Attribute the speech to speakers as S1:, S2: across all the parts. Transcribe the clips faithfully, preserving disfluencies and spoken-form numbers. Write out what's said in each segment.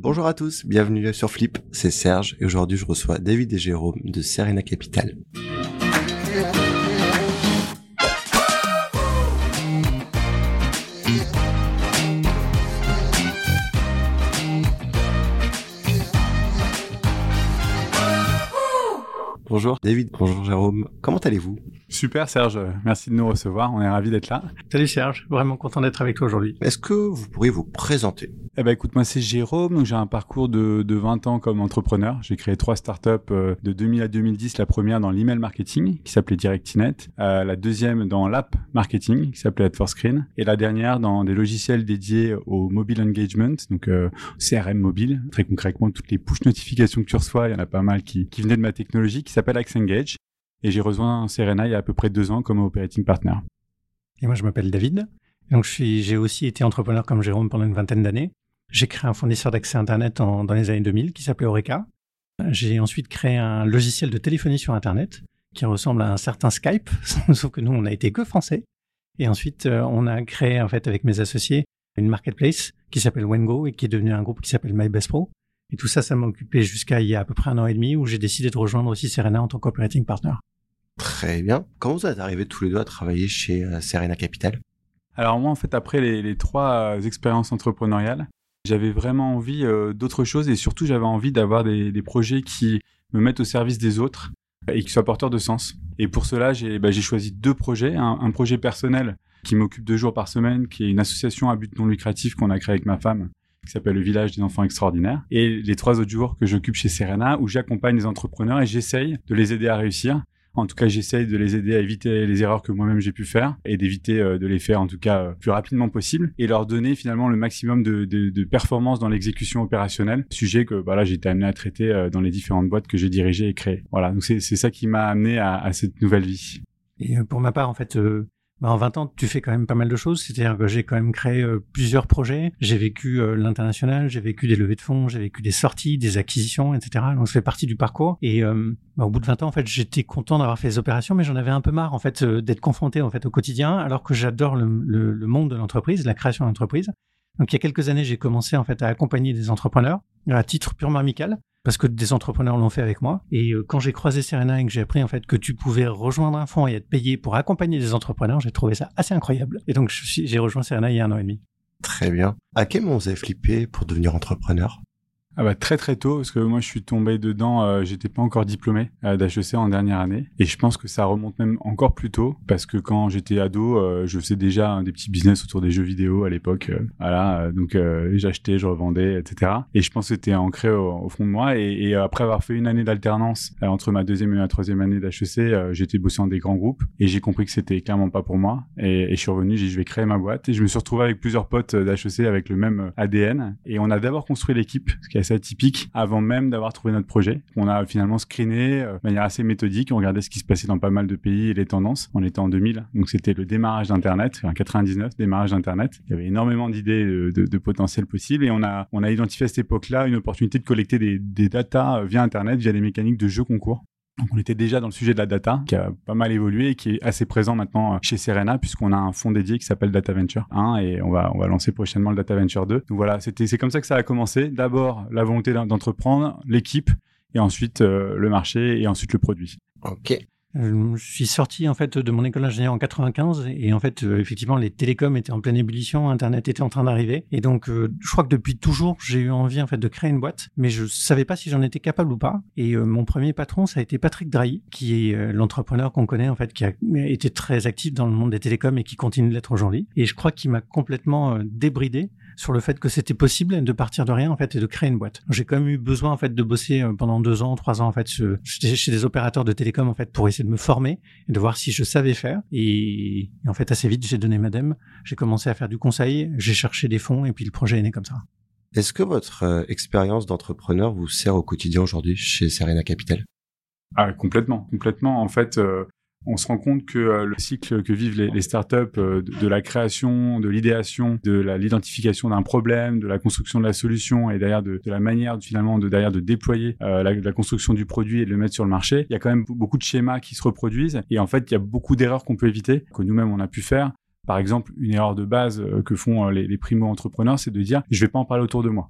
S1: Bonjour à tous, bienvenue sur Flip, c'est Serge et aujourd'hui je reçois David et Jérôme de Serena Capital. Bonjour David, bonjour Jérôme, comment allez-vous ?
S2: Super Serge, merci de nous recevoir, on est ravis d'être là.
S3: Salut Serge, vraiment content d'être avec toi aujourd'hui.
S1: Est-ce que vous pourriez vous présenter ?
S2: Eh ben écoute, moi c'est Jérôme, donc j'ai un parcours de, de vingt ans comme entrepreneur. J'ai créé trois startups euh, de deux mille à deux mille dix, la première dans l'email marketing qui s'appelait Directinet, euh, la deuxième dans l'app marketing qui s'appelait AdForScreen et la dernière dans des logiciels dédiés au mobile engagement, donc euh, C R M mobile. Très concrètement, toutes les push notifications que tu reçois, il y en a pas mal qui, qui venaient de ma technologie qui s'appelle Xengage. Et j'ai rejoint Serena il y a à peu près deux ans comme operating partner.
S3: Et moi, je m'appelle David. Donc, je suis, j'ai aussi été entrepreneur comme Jérôme pendant une vingtaine d'années. J'ai créé un fournisseur d'accès Internet en, dans les années deux mille qui s'appelait Oreca. J'ai ensuite créé un logiciel de téléphonie sur Internet qui ressemble à un certain Skype, sauf que nous, on n'a été que français. Et ensuite, euh, on a créé, en fait, avec mes associés, une marketplace qui s'appelle Wengo et qui est devenu un groupe qui s'appelle MyBestPro. Et tout ça, ça m'a occupé jusqu'à il y a à peu près un an et demi où j'ai décidé de rejoindre aussi Serena en tant qu'operating partner.
S1: Très bien. Comment vous êtes arrivés tous les deux à travailler chez euh, Serena Capital ?
S2: Alors moi, en fait, après les, les trois euh, expériences entrepreneuriales, j'avais vraiment envie euh, d'autre chose et surtout, j'avais envie d'avoir des, des projets qui me mettent au service des autres et qui soient porteurs de sens. Et pour cela, j'ai, bah, j'ai choisi deux projets. Un, un projet personnel qui m'occupe deux jours par semaine, qui est une association à but non lucratif qu'on a créée avec ma femme, qui s'appelle le Village des Enfants Extraordinaires. Et les trois autres jours que j'occupe chez Serena, où j'accompagne les entrepreneurs et j'essaye de les aider à réussir. En tout cas, j'essaye de les aider à éviter les erreurs que moi-même j'ai pu faire et d'éviter euh, de les faire, en tout cas, euh, plus rapidement possible et leur donner finalement le maximum de, de, de performance dans l'exécution opérationnelle, sujet que bah, là, j'ai été amené à traiter euh, dans les différentes boîtes que j'ai dirigées et créées. Voilà, donc c'est, c'est ça qui m'a amené à, à cette nouvelle vie.
S3: Et pour ma part, en fait... Euh... Bah en vingt ans, tu fais quand même pas mal de choses. C'est-à-dire que j'ai quand même créé euh, plusieurs projets. J'ai vécu euh, l'international, j'ai vécu des levées de fonds, j'ai vécu des sorties, des acquisitions, et cetera. Donc ça fait partie du parcours. Et euh, bah, au bout de vingt ans, en fait, j'étais content d'avoir fait les opérations, mais j'en avais un peu marre, en fait, euh, d'être confronté en fait au quotidien, alors que j'adore le, le, le monde de l'entreprise, la création d'entreprise. Donc il y a quelques années, j'ai commencé en fait à accompagner des entrepreneurs à titre purement amical. Parce que des entrepreneurs l'ont fait avec moi. Et euh, quand j'ai croisé Serena et que j'ai appris en fait que tu pouvais rejoindre un fonds et être payé pour accompagner des entrepreneurs, j'ai trouvé ça assez incroyable. Et donc je suis, j'ai rejoint Serena il y a un an et demi.
S1: Très bien. À quel moment vous avez flippé pour devenir entrepreneur ?
S2: Ah bah très très tôt, parce que moi je suis tombé dedans, euh, j'étais pas encore diplômé euh, d'H E C en dernière année, et je pense que ça remonte même encore plus tôt, parce que quand j'étais ado, euh, je faisais déjà hein, des petits business autour des jeux vidéo à l'époque, euh, voilà, euh, donc euh, j'achetais, je revendais, et cetera. Et je pense que c'était ancré au, au fond de moi, et, et après avoir fait une année d'alternance euh, entre ma deuxième et ma troisième année d'H E C, euh, j'étais bossé dans des grands groupes, et j'ai compris que c'était clairement pas pour moi, et, et je suis revenu, j'ai dit je vais créer ma boîte, et je me suis retrouvé avec plusieurs potes d'H E C avec le même A D N, et on a d'abord construit l'équipe, ce qui est assez atypique, avant même d'avoir trouvé notre projet. On a finalement screené euh, de manière assez méthodique, on regardait ce qui se passait dans pas mal de pays et les tendances. On était en deux mille, donc c'était le démarrage d'Internet, en quatre-vingt-dix-neuf, démarrage d'Internet. Il y avait énormément d'idées de, de, de potentiel possible et on a, on a identifié à cette époque-là une opportunité de collecter des, des datas via Internet, via les mécaniques de jeux concours. Donc on était déjà dans le sujet de la data, qui a pas mal évolué et qui est assez présent maintenant chez Serena, puisqu'on a un fonds dédié qui s'appelle Data Venture un et on va on va lancer prochainement le Data Venture deux. Donc voilà, c'était c'est comme ça que ça a commencé. D'abord la volonté d'entreprendre, l'équipe, et ensuite euh, le marché et ensuite le produit.
S1: Ok.
S3: Je suis sorti en fait de mon école d'ingénieur en quatre-vingt-quinze et en fait euh, effectivement les télécoms étaient en pleine ébullition, Internet était en train d'arriver et donc euh, je crois que depuis toujours j'ai eu envie en fait de créer une boîte, mais je savais pas si j'en étais capable ou pas. Et euh, mon premier patron ça a été Patrick Drahi, qui est euh, l'entrepreneur qu'on connaît en fait, qui a été très actif dans le monde des télécoms et qui continue de l'être aujourd'hui. Et je crois qu'il m'a complètement euh, débridé sur le fait que c'était possible de partir de rien en fait et de créer une boîte. J'ai quand même eu besoin en fait de bosser pendant deux ans, trois ans en fait chez, chez des opérateurs de télécom en fait pour essayer de me former et de voir si je savais faire. Et, et en fait assez vite j'ai donné ma dème, j'ai commencé à faire du conseil, j'ai cherché des fonds et puis le projet est né comme ça.
S1: Est-ce que votre euh, expérience d'entrepreneur vous sert au quotidien aujourd'hui chez Serena Capital ?
S2: Ah complètement, complètement. En fait. Euh... On se rend compte que euh, le cycle que vivent les, les startups, euh, de, de la création, de l'idéation, de la, l'identification d'un problème, de la construction de la solution et derrière de, de la manière finalement de derrière de déployer euh, la, la construction du produit et de le mettre sur le marché, il y a quand même beaucoup de schémas qui se reproduisent et en fait il y a beaucoup d'erreurs qu'on peut éviter, que nous-mêmes on a pu faire. Par exemple, une erreur de base euh, que font euh, les, les primo-entrepreneurs, c'est de dire je vais pas en parler autour de moi.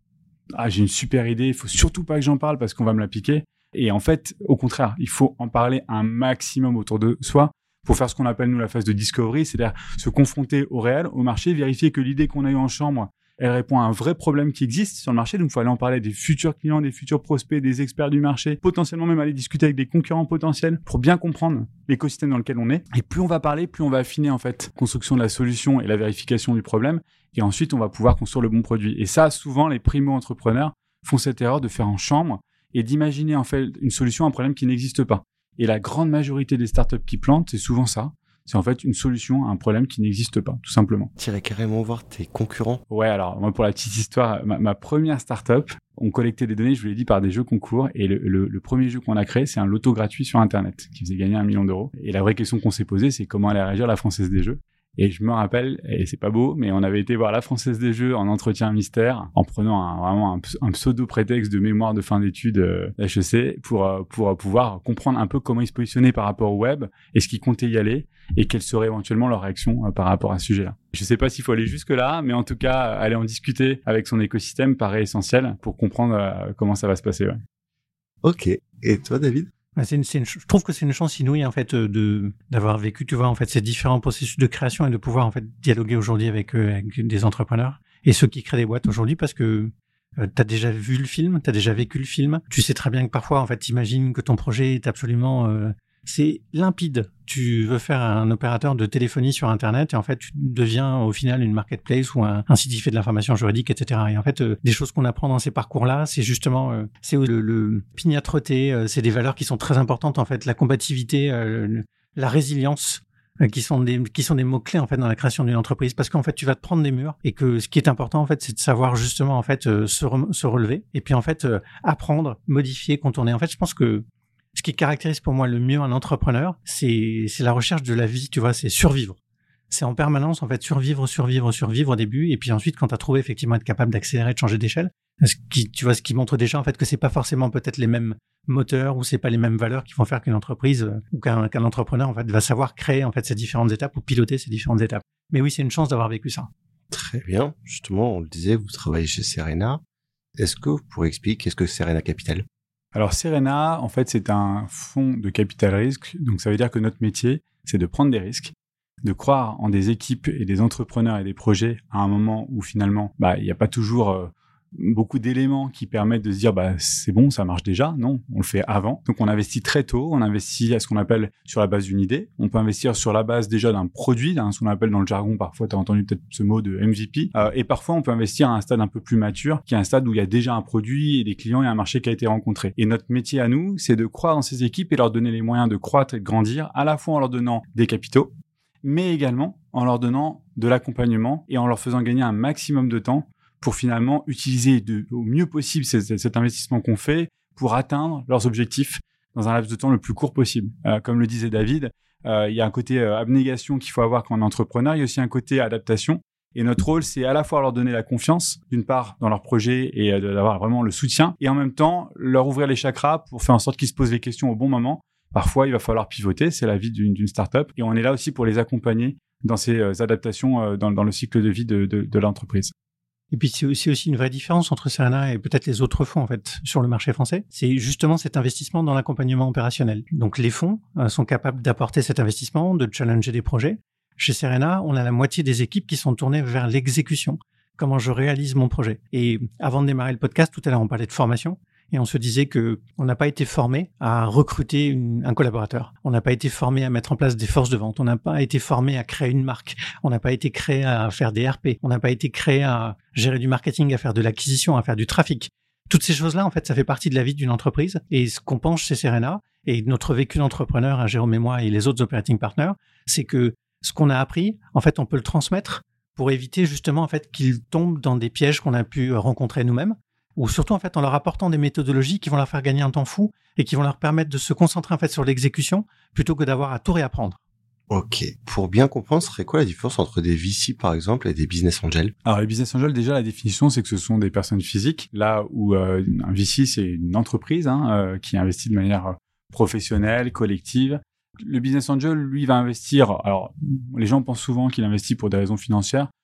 S2: ah, j'ai une super idée, il faut surtout pas que j'en parle parce qu'on va me la piquer. Et en fait, au contraire, il faut en parler un maximum autour de soi pour faire ce qu'on appelle, nous, la phase de discovery, c'est-à-dire se confronter au réel, au marché, vérifier que l'idée qu'on a eue en chambre, elle répond à un vrai problème qui existe sur le marché. Donc, il faut aller en parler des futurs clients, des futurs prospects, des experts du marché, potentiellement même aller discuter avec des concurrents potentiels pour bien comprendre l'écosystème dans lequel on est. Et plus on va parler, plus on va affiner, en fait, construction de la solution et la vérification du problème. Et ensuite, on va pouvoir construire le bon produit. Et ça, souvent, les primo-entrepreneurs font cette erreur de faire en chambre et d'imaginer, en fait, une solution à un problème qui n'existe pas. Et la grande majorité des startups qui plantent, c'est souvent ça. C'est en fait une solution à un problème qui n'existe pas, tout simplement.
S1: Tu irais carrément voir tes concurrents?
S2: Ouais, alors moi, pour la petite histoire, ma, ma première startup, on collectait des données, je vous l'ai dit, par des jeux concours. Et le, le, le premier jeu qu'on a créé, c'est un loto gratuit sur Internet qui faisait gagner un million d'euros. Et la vraie question qu'on s'est posée, c'est comment allait réagir la Française des Jeux. Et je me rappelle, et c'est pas beau, mais on avait été voir la Française des Jeux en entretien mystère, en prenant un, vraiment un, un pseudo-prétexte de mémoire de fin d'études euh, H E C pour, euh, pour pouvoir comprendre un peu comment ils se positionnaient par rapport au web et ce qu'ils comptaient y aller et quelle serait éventuellement leur réaction euh, par rapport à ce sujet-là. Je sais pas s'il faut aller jusque-là, mais en tout cas, aller en discuter avec son écosystème paraît essentiel pour comprendre euh, comment ça va se passer. Ouais.
S1: Ok. Et toi, David?
S3: C'est une, c'est une, je trouve que c'est une chance inouïe en fait de d'avoir vécu, tu vois, en fait ces différents processus de création et de pouvoir en fait dialoguer aujourd'hui avec, euh, avec des entrepreneurs et ceux qui créent des boîtes aujourd'hui parce que euh, t'as déjà vu le film, t'as déjà vécu le film, tu sais très bien que parfois en fait t'imagines que ton projet est absolument euh, c'est limpide. Tu veux faire un opérateur de téléphonie sur Internet et en fait, tu deviens au final une marketplace ou un, un site qui fait de l'information juridique, et cetera. Et en fait, euh, des choses qu'on apprend dans ces parcours-là, c'est justement, euh, c'est le, le pignatreté, euh, c'est des valeurs qui sont très importantes en fait, la combativité, euh, le, la résilience, euh, qui sont des qui sont des mots clés en fait dans la création d'une entreprise, parce qu'en fait, tu vas te prendre des murs et que ce qui est important en fait, c'est de savoir justement en fait euh, se, re- se relever et puis en fait euh, apprendre, modifier, contourner. En fait, je pense que ce qui caractérise pour moi le mieux un entrepreneur, c'est, c'est la recherche de la vie, tu vois, c'est survivre. C'est en permanence, en fait, survivre, survivre, survivre au début. Et puis ensuite, quand tu as trouvé effectivement être capable d'accélérer, de changer d'échelle, ce qui, tu vois, ce qui montre déjà, en fait, que c'est pas forcément peut-être les mêmes moteurs ou c'est pas les mêmes valeurs qui vont faire qu'une entreprise euh, ou qu'un, qu'un entrepreneur, en fait, va savoir créer, en fait, ces différentes étapes ou piloter ces différentes étapes. Mais oui, c'est une chance d'avoir vécu ça.
S1: Très bien. Justement, on le disait, vous travaillez chez Serena. Est-ce que vous pourriez expliquer qu'est-ce que Serena Capital?
S2: Alors, Serena, en fait, c'est un fonds de capital risque. Donc, ça veut dire que notre métier, c'est de prendre des risques, de croire en des équipes et des entrepreneurs et des projets à un moment où finalement, bah, il n'y a pas toujours euh, beaucoup d'éléments qui permettent de se dire, bah, c'est bon, ça marche déjà. Non, on le fait avant. Donc, on investit très tôt. On investit à ce qu'on appelle sur la base d'une idée. On peut investir sur la base déjà d'un produit, d'un ce qu'on appelle dans le jargon, parfois, tu as entendu peut-être ce mot de M V P. Euh, et parfois, on peut investir à un stade un peu plus mature, qui est un stade où il y a déjà un produit et des clients et un marché qui a été rencontré. Et notre métier à nous, c'est de croire dans ces équipes et leur donner les moyens de croître et de grandir, à la fois en leur donnant des capitaux, mais également en leur donnant de l'accompagnement et en leur faisant gagner un maximum de temps pour finalement utiliser de, au mieux possible cet, cet investissement qu'on fait pour atteindre leurs objectifs dans un laps de temps le plus court possible. Euh, comme le disait David, euh, il y a un côté euh, abnégation qu'il faut avoir quand on est entrepreneur, il y a aussi un côté adaptation. Et notre rôle, c'est à la fois leur donner la confiance, d'une part, dans leur projet et euh, d'avoir vraiment le soutien, et en même temps, leur ouvrir les chakras pour faire en sorte qu'ils se posent les questions au bon moment. Parfois, il va falloir pivoter, c'est la vie d'une, d'une startup, et on est là aussi pour les accompagner dans ces euh, adaptations euh, dans, dans le cycle de vie de, de, de l'entreprise.
S3: Et puis c'est aussi, aussi une vraie différence entre Serena et peut-être les autres fonds en fait sur le marché français. C'est justement cet investissement dans l'accompagnement opérationnel. Donc les fonds euh, sont capables d'apporter cet investissement, de challenger des projets. Chez Serena, on a la moitié des équipes qui sont tournées vers l'exécution. Comment je réalise mon projet. Et avant de démarrer le podcast, tout à l'heure on parlait de formation. Et on se disait que on n'a pas été formé à recruter une, un collaborateur. On n'a pas été formé à mettre en place des forces de vente. On n'a pas été formé à créer une marque. On n'a pas été créé à faire des R P. On n'a pas été créé à gérer du marketing, à faire de l'acquisition, à faire du trafic. Toutes ces choses-là, en fait, ça fait partie de la vie d'une entreprise. Et ce qu'on pense chez Serena et notre vécu d'entrepreneur, hein, Jérôme et moi et les autres operating partners, c'est que ce qu'on a appris, en fait, on peut le transmettre pour éviter justement, en fait, qu'ils tombent dans des pièges qu'on a pu rencontrer nous-mêmes. Ou surtout en fait en leur apportant des méthodologies qui vont leur faire gagner un temps fou et qui vont leur permettre de se concentrer en fait sur l'exécution plutôt que d'avoir à tout réapprendre.
S1: Ok. Pour bien comprendre, ce serait quoi la différence entre des V C par exemple et des business angels?
S2: Alors les business angels, déjà la définition c'est que ce sont des personnes physiques, là où euh, un V C c'est une entreprise hein, euh, qui investit de manière professionnelle, collective. Le business angel, lui, va investir. Alors les gens pensent souvent qu'il investit pour des raisons financières.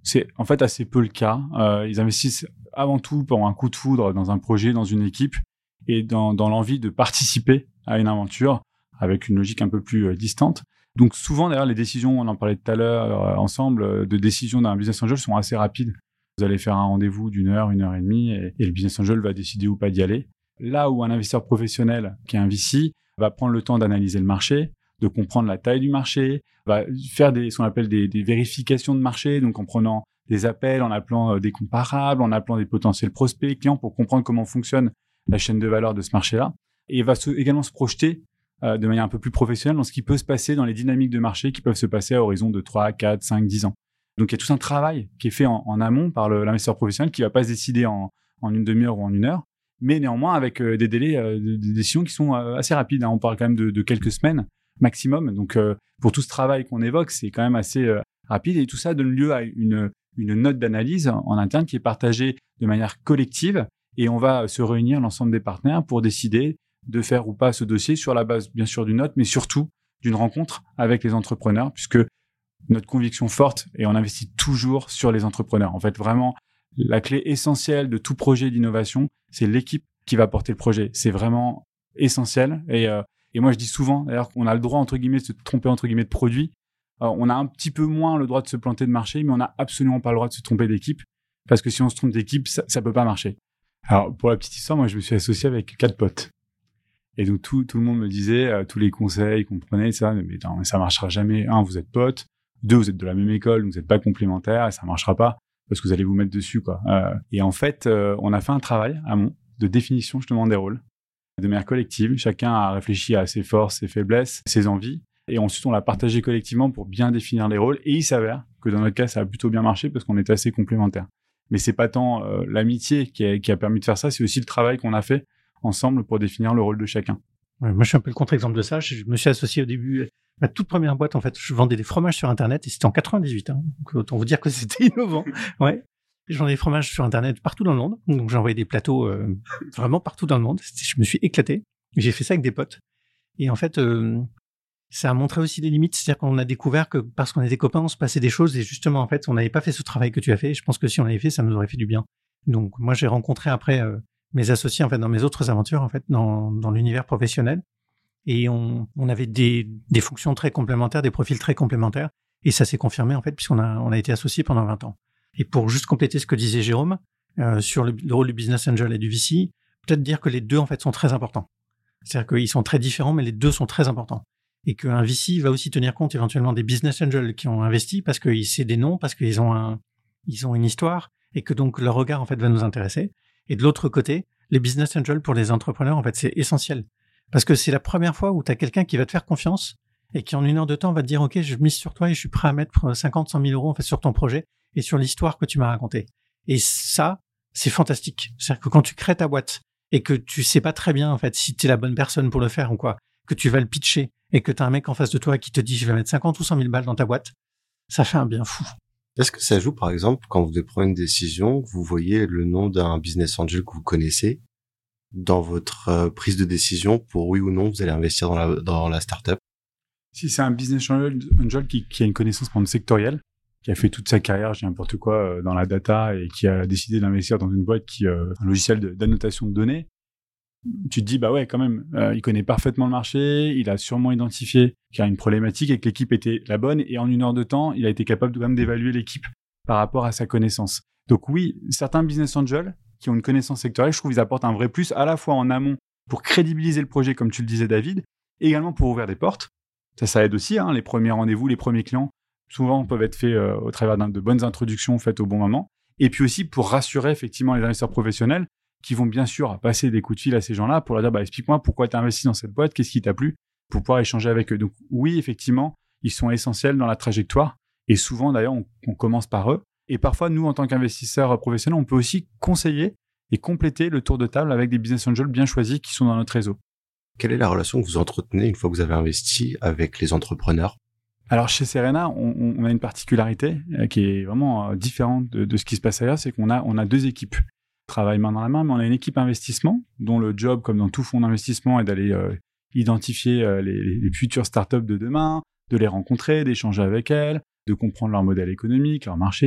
S2: c'est en fait assez peu le cas. Euh, ils investissent avant tout pour un coup de foudre dans un projet, dans une équipe et dans, dans l'envie de participer à une aventure avec une logique un peu plus euh, distante. Donc souvent, d'ailleurs, les décisions, on en parlait tout à l'heure euh, ensemble, euh, de décisions d'un business angel sont assez rapides. Vous allez faire un rendez-vous d'une heure, une heure et demie et, et le business angel va décider ou pas d'y aller. Là où un investisseur professionnel qui est un V C va prendre le temps d'analyser le marché, de comprendre la taille du marché, va faire des, ce qu'on appelle des, des vérifications de marché, donc en prenant des appels, en appelant des comparables, en appelant des potentiels prospects, clients pour comprendre comment fonctionne la chaîne de valeur de ce marché-là. Et va se, également se projeter euh, de manière un peu plus professionnelle dans ce qui peut se passer dans les dynamiques de marché qui peuvent se passer à horizon de trois, quatre, cinq, dix ans. Donc il y a tout un travail qui est fait en, en amont par le, l'investisseur professionnel qui ne va pas se décider en, en une demi-heure ou en une heure, mais néanmoins avec euh, des délais euh, de, de décision qui sont euh, assez rapides. Hein. On parle quand même de, de quelques semaines maximum. Donc euh, pour tout ce travail qu'on évoque, c'est quand même assez euh, rapide et tout ça donne lieu à une, une note d'analyse en interne qui est partagée de manière collective et on va se réunir l'ensemble des partenaires pour décider de faire ou pas ce dossier sur la base bien sûr d'une note, mais surtout d'une rencontre avec les entrepreneurs puisque notre conviction forte et on investit toujours sur les entrepreneurs. En fait, vraiment, la clé essentielle de tout projet d'innovation, c'est l'équipe qui va porter le projet. C'est vraiment essentiel. Et, euh, et moi, je dis souvent, d'ailleurs, qu'on a le droit, entre guillemets, de se tromper, entre guillemets, de produit. Alors, on a un petit peu moins le droit de se planter de marché, mais on n'a absolument pas le droit de se tromper d'équipe. Parce que si on se trompe d'équipe, ça, ça peut pas marcher. Alors, pour la petite histoire, moi, je me suis associé avec quatre potes. Et donc, tout, tout le monde me disait, euh, tous les conseils qu'on prenait, ça, mais non, ça marchera jamais. Un, vous êtes potes. Deux, vous êtes de la même école, donc vous n'êtes pas complémentaires et ça marchera pas parce que vous allez vous mettre dessus, quoi. Euh, et en fait, euh, on a fait un travail amont de définition justement des rôles de manière collective. Chacun a réfléchi à ses forces, ses faiblesses, ses envies. Et ensuite, on l'a partagé collectivement pour bien définir les rôles. Et il s'avère que dans notre cas, ça a plutôt bien marché parce qu'on était assez complémentaires. Mais c'est pas tant euh, l'amitié qui a, qui a permis de faire ça, c'est aussi le travail qu'on a fait ensemble pour définir le rôle de chacun.
S3: Ouais, moi, je suis un peu le contre-exemple de ça. Je me suis associé au début. Ma toute première boîte, en fait, je vendais des fromages sur Internet et c'était en quatre-vingt-dix-huit. Hein. Donc, autant vous dire que c'était innovant. Ouais. Je vendais des fromages sur Internet partout dans le monde. Donc, j'ai envoyé des plateaux euh, vraiment partout dans le monde. C'était, je me suis éclaté. J'ai fait ça avec des potes. Et en fait, euh, ça a montré aussi des limites. C'est-à-dire qu'on a découvert que parce qu'on était copains, on se passait des choses et justement, en fait, on n'avait pas fait ce travail que tu as fait. Et je pense que si on l'avait fait, ça nous aurait fait du bien. Donc, moi, j'ai rencontré après euh, mes associés, en fait, dans mes autres aventures, en fait, dans, dans l'univers professionnel. Et on, on avait des, des fonctions très complémentaires, des profils très complémentaires. Et ça s'est confirmé, en fait, puisqu'on a, on a été associés pendant vingt ans. Et pour juste compléter ce que disait Jérôme, euh, sur le, le rôle du business angel et du V C, peut-être dire que les deux, en fait, sont très importants. C'est-à-dire qu'ils sont très différents, mais les deux sont très importants. Et qu'un V C va aussi tenir compte éventuellement des business angels qui ont investi parce qu'ils c'est des noms, parce qu'ils ont un, ils ont une histoire et que donc leur regard, en fait, va nous intéresser. Et de l'autre côté, les business angels pour les entrepreneurs, en fait, c'est essentiel. Parce que c'est la première fois où tu as quelqu'un qui va te faire confiance et qui en une heure de temps va te dire « Ok, je mise sur toi et je suis prêt à mettre cinquante, cent mille euros en fait, sur ton projet et sur l'histoire que tu m'as racontée. » Et ça, c'est fantastique. C'est-à-dire que quand tu crées ta boîte et que tu sais pas très bien en fait si tu es la bonne personne pour le faire ou quoi, que tu vas le pitcher et que tu as un mec en face de toi qui te dit « Je vais mettre cinquante ou cent mille balles dans ta boîte », ça fait un bien fou.
S1: Est-ce que ça joue, par exemple, quand vous devez prendre une décision, vous voyez le nom d'un business angel que vous connaissez dans votre euh, prise de décision pour oui ou non vous allez investir dans la dans la startup?
S2: Si c'est un business angel, angel qui, qui a une connaissance par exemple, sectorielle, qui a fait toute sa carrière, j'ai n'importe quoi, euh, dans la data et qui a décidé d'investir dans une boîte qui euh, un logiciel de, d'annotation de données, tu te dis bah ouais quand même, euh, il connaît parfaitement le marché, il a sûrement identifié qu'il y a une problématique et que l'équipe était la bonne et en une heure de temps, il a été capable de, quand même d'évaluer l'équipe par rapport à sa connaissance. Donc oui, certains business angels qui ont une connaissance sectorielle, je trouve qu'ils apportent un vrai plus à la fois en amont pour crédibiliser le projet, comme tu le disais David, et également pour ouvrir des portes. Ça, ça aide aussi, hein, les premiers rendez-vous, les premiers clients, souvent peuvent être faits euh, au travers de bonnes introductions faites au bon moment. Et puis aussi pour rassurer effectivement les investisseurs professionnels qui vont bien sûr passer des coups de fil à ces gens-là pour leur dire bah, « explique-moi pourquoi tu as investi dans cette boîte, qu'est-ce qui t'a plu ?» pour pouvoir échanger avec eux. Donc oui, effectivement, ils sont essentiels dans la trajectoire et souvent d'ailleurs, on, on commence par eux. Et parfois, nous, en tant qu'investisseurs professionnels, on peut aussi conseiller et compléter le tour de table avec des business angels bien choisis qui sont dans notre réseau.
S1: Quelle est la relation que vous entretenez une fois que vous avez investi avec les entrepreneurs?
S2: Alors, chez Serena, on, on a une particularité euh, qui est vraiment euh, différente de, de ce qui se passe ailleurs, c'est qu'on a, on a deux équipes. On travaille main dans la main, mais on a une équipe investissement dont le job, comme dans tout fonds d'investissement, est d'aller euh, identifier euh, les, les futures startups de demain, de les rencontrer, d'échanger avec elles, de comprendre leur modèle économique, leur marché,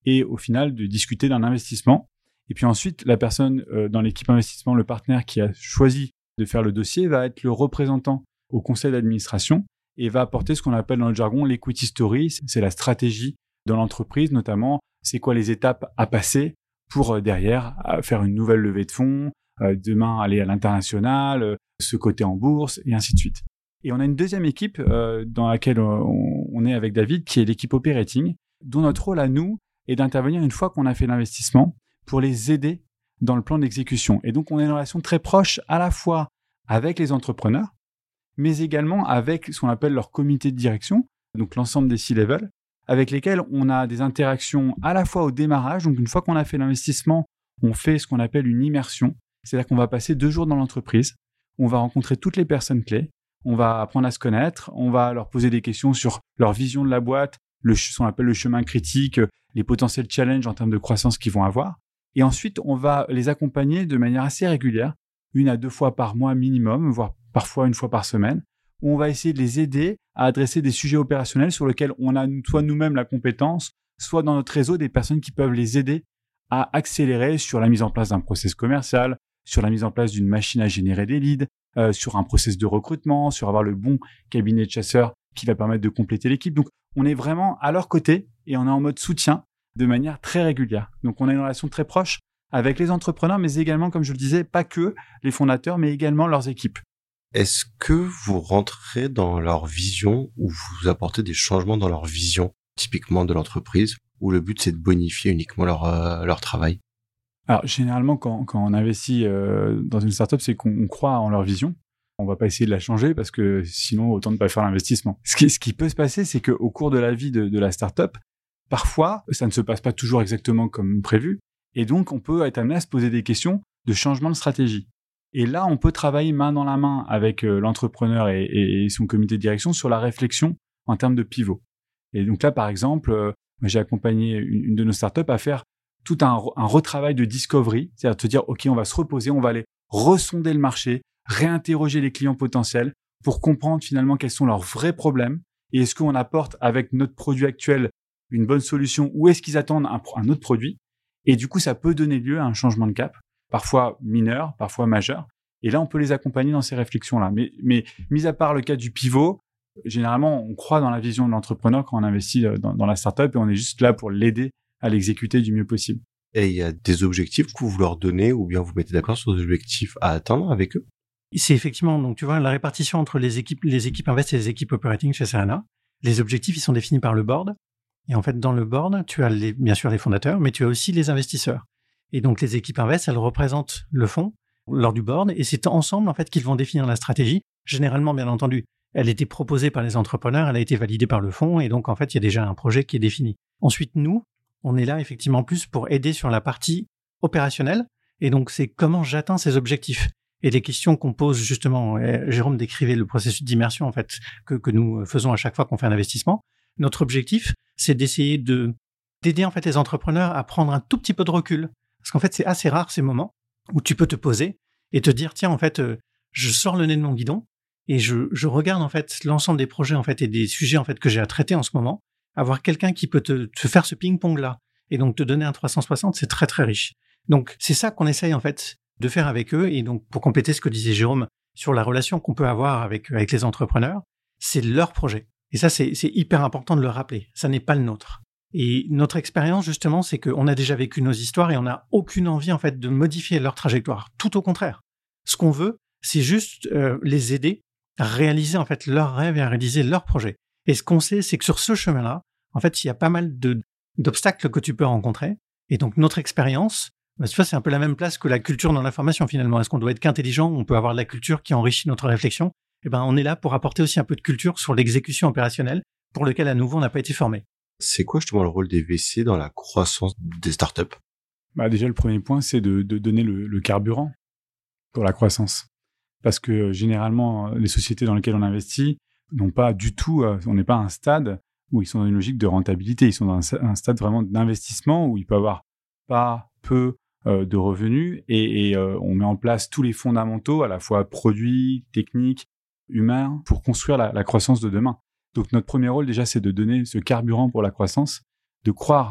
S2: et au final de discuter d'un investissement. Et puis ensuite, la personne euh, dans l'équipe investissement, le partenaire qui a choisi de faire le dossier, va être le représentant au conseil d'administration et va apporter ce qu'on appelle dans le jargon l'equity story. C'est la stratégie dans l'entreprise, notamment, c'est quoi les étapes à passer pour euh, derrière euh, faire une nouvelle levée de fonds, euh, demain aller à l'international, euh, se coter en bourse, et ainsi de suite. Et on a une deuxième équipe euh, dans laquelle on, on est avec David, qui est l'équipe operating, dont notre rôle à nous est d'intervenir une fois qu'on a fait l'investissement pour les aider dans le plan d'exécution. Et donc, on a une relation très proche à la fois avec les entrepreneurs, mais également avec ce qu'on appelle leur comité de direction, donc l'ensemble des C-level, avec lesquels on a des interactions à la fois au démarrage. Donc, une fois qu'on a fait l'investissement, on fait ce qu'on appelle une immersion. C'est-à-dire qu'on va passer deux jours dans l'entreprise, on va rencontrer toutes les personnes clés, on va apprendre à se connaître, on va leur poser des questions sur leur vision de la boîte, le, ce qu'on appelle le chemin critique, les potentiels challenges en termes de croissance qu'ils vont avoir. Et ensuite, on va les accompagner de manière assez régulière, une à deux fois par mois minimum, voire parfois une fois par semaine, où on va essayer de les aider à adresser des sujets opérationnels sur lesquels on a soit nous-mêmes la compétence, soit dans notre réseau des personnes qui peuvent les aider à accélérer sur la mise en place d'un process commercial, sur la mise en place d'une machine à générer des leads, euh, sur un process de recrutement, sur avoir le bon cabinet de chasseurs qui va permettre de compléter l'équipe. Donc, on est vraiment à leur côté et on est en mode soutien de manière très régulière. Donc, on a une relation très proche avec les entrepreneurs, mais également, comme je le disais, pas que les fondateurs, mais également leurs équipes.
S1: Est-ce que vous rentrez dans leur vision ou vous apportez des changements dans leur vision, typiquement de l'entreprise, où le but c'est de bonifier uniquement leur, euh, leur travail?
S2: Alors, généralement, quand, quand on investit euh, dans une startup, c'est qu'on on croit en leur vision. On va pas essayer de la changer parce que sinon, autant ne pas faire l'investissement. Ce qui, ce qui peut se passer, c'est qu'au cours de la vie de, de la startup, parfois, ça ne se passe pas toujours exactement comme prévu. Et donc, on peut être amené à se poser des questions de changement de stratégie. Et là, on peut travailler main dans la main avec euh, l'entrepreneur et, et, et son comité de direction sur la réflexion en termes de pivot. Et donc là, par exemple, euh, j'ai accompagné une, une de nos startups à faire tout un, un retravail de discovery, c'est-à-dire de se dire, OK, on va se reposer, on va aller ressonder le marché, réinterroger les clients potentiels pour comprendre finalement quels sont leurs vrais problèmes et est-ce qu'on apporte avec notre produit actuel une bonne solution ou est-ce qu'ils attendent un, un autre produit. Et du coup, ça peut donner lieu à un changement de cap, parfois mineur, parfois majeur. Et là, on peut les accompagner dans ces réflexions-là. Mais, mais mis à part le cas du pivot, généralement, on croit dans la vision de l'entrepreneur quand on investit dans, dans la startup et on est juste là pour l'aider à l'exécuter du mieux possible.
S1: Et il y a des objectifs que vous leur donnez ou bien vous mettez d'accord sur des objectifs à atteindre avec eux?
S3: C'est effectivement, donc tu vois, la répartition entre les équipes, les équipes invest et les équipes operating chez Serena. Les objectifs, ils sont définis par le board. Et en fait, dans le board, tu as les, bien sûr les fondateurs, mais tu as aussi les investisseurs. Et donc, les équipes invest, elles représentent le fonds lors du board et c'est ensemble, en fait, qu'ils vont définir la stratégie. Généralement, bien entendu, elle a été proposée par les entrepreneurs, elle a été validée par le fonds et donc, en fait, il y a déjà un projet qui est défini. Ensuite, nous, on est là effectivement plus pour aider sur la partie opérationnelle. Et donc, c'est comment j'atteins ces objectifs. Et les questions qu'on pose justement, Jérôme décrivait le processus d'immersion en fait que, que nous faisons à chaque fois qu'on fait un investissement. Notre objectif, c'est d'essayer de d'aider en fait les entrepreneurs à prendre un tout petit peu de recul. Parce qu'en fait, c'est assez rare ces moments où tu peux te poser et te dire, tiens, en fait, euh, je sors le nez de mon guidon et je, je regarde en fait l'ensemble des projets en fait et des sujets en fait que j'ai à traiter en ce moment. Avoir quelqu'un qui peut te, te faire ce ping-pong-là et donc te donner un trois cent soixante, c'est très, très riche. Donc, c'est ça qu'on essaye, en fait, de faire avec eux. Et donc, pour compléter ce que disait Jérôme sur la relation qu'on peut avoir avec, avec les entrepreneurs, c'est leur projet. Et ça, c'est, c'est hyper important de le rappeler. Ça n'est pas le nôtre. Et notre expérience, justement, c'est qu'on a déjà vécu nos histoires et on n'a aucune envie, en fait, de modifier leur trajectoire. Tout au contraire. Ce qu'on veut, c'est juste euh, les aider à réaliser, en fait, leurs rêves et à réaliser leurs projets. Et ce qu'on sait, c'est que sur ce chemin-là, en fait, il y a pas mal de, d'obstacles que tu peux rencontrer. Et donc, notre expérience, bah, tu vois, c'est un peu la même place que la culture dans l'information, finalement. Est-ce qu'on doit être qu'intelligent? On peut avoir de la culture qui enrichit notre réflexion. Eh ben, on est là pour apporter aussi un peu de culture sur l'exécution opérationnelle pour lequel, à nouveau, on n'a pas été formé.
S1: C'est quoi, justement, le rôle des V C dans la croissance des startups?
S2: Bah, déjà, le premier point, c'est de, de donner le, le carburant pour la croissance. Parce que, généralement, les sociétés dans lesquelles on investit n'ont pas du tout, euh, on n'est pas à un stade où ils sont dans une logique de rentabilité. Ils sont dans un, un stade vraiment d'investissement où il peut y avoir pas peu euh, de revenus et, et euh, on met en place tous les fondamentaux, à la fois produits, techniques, humains, pour construire la, la croissance de demain. Donc, notre premier rôle, déjà, c'est de donner ce carburant pour la croissance, de croire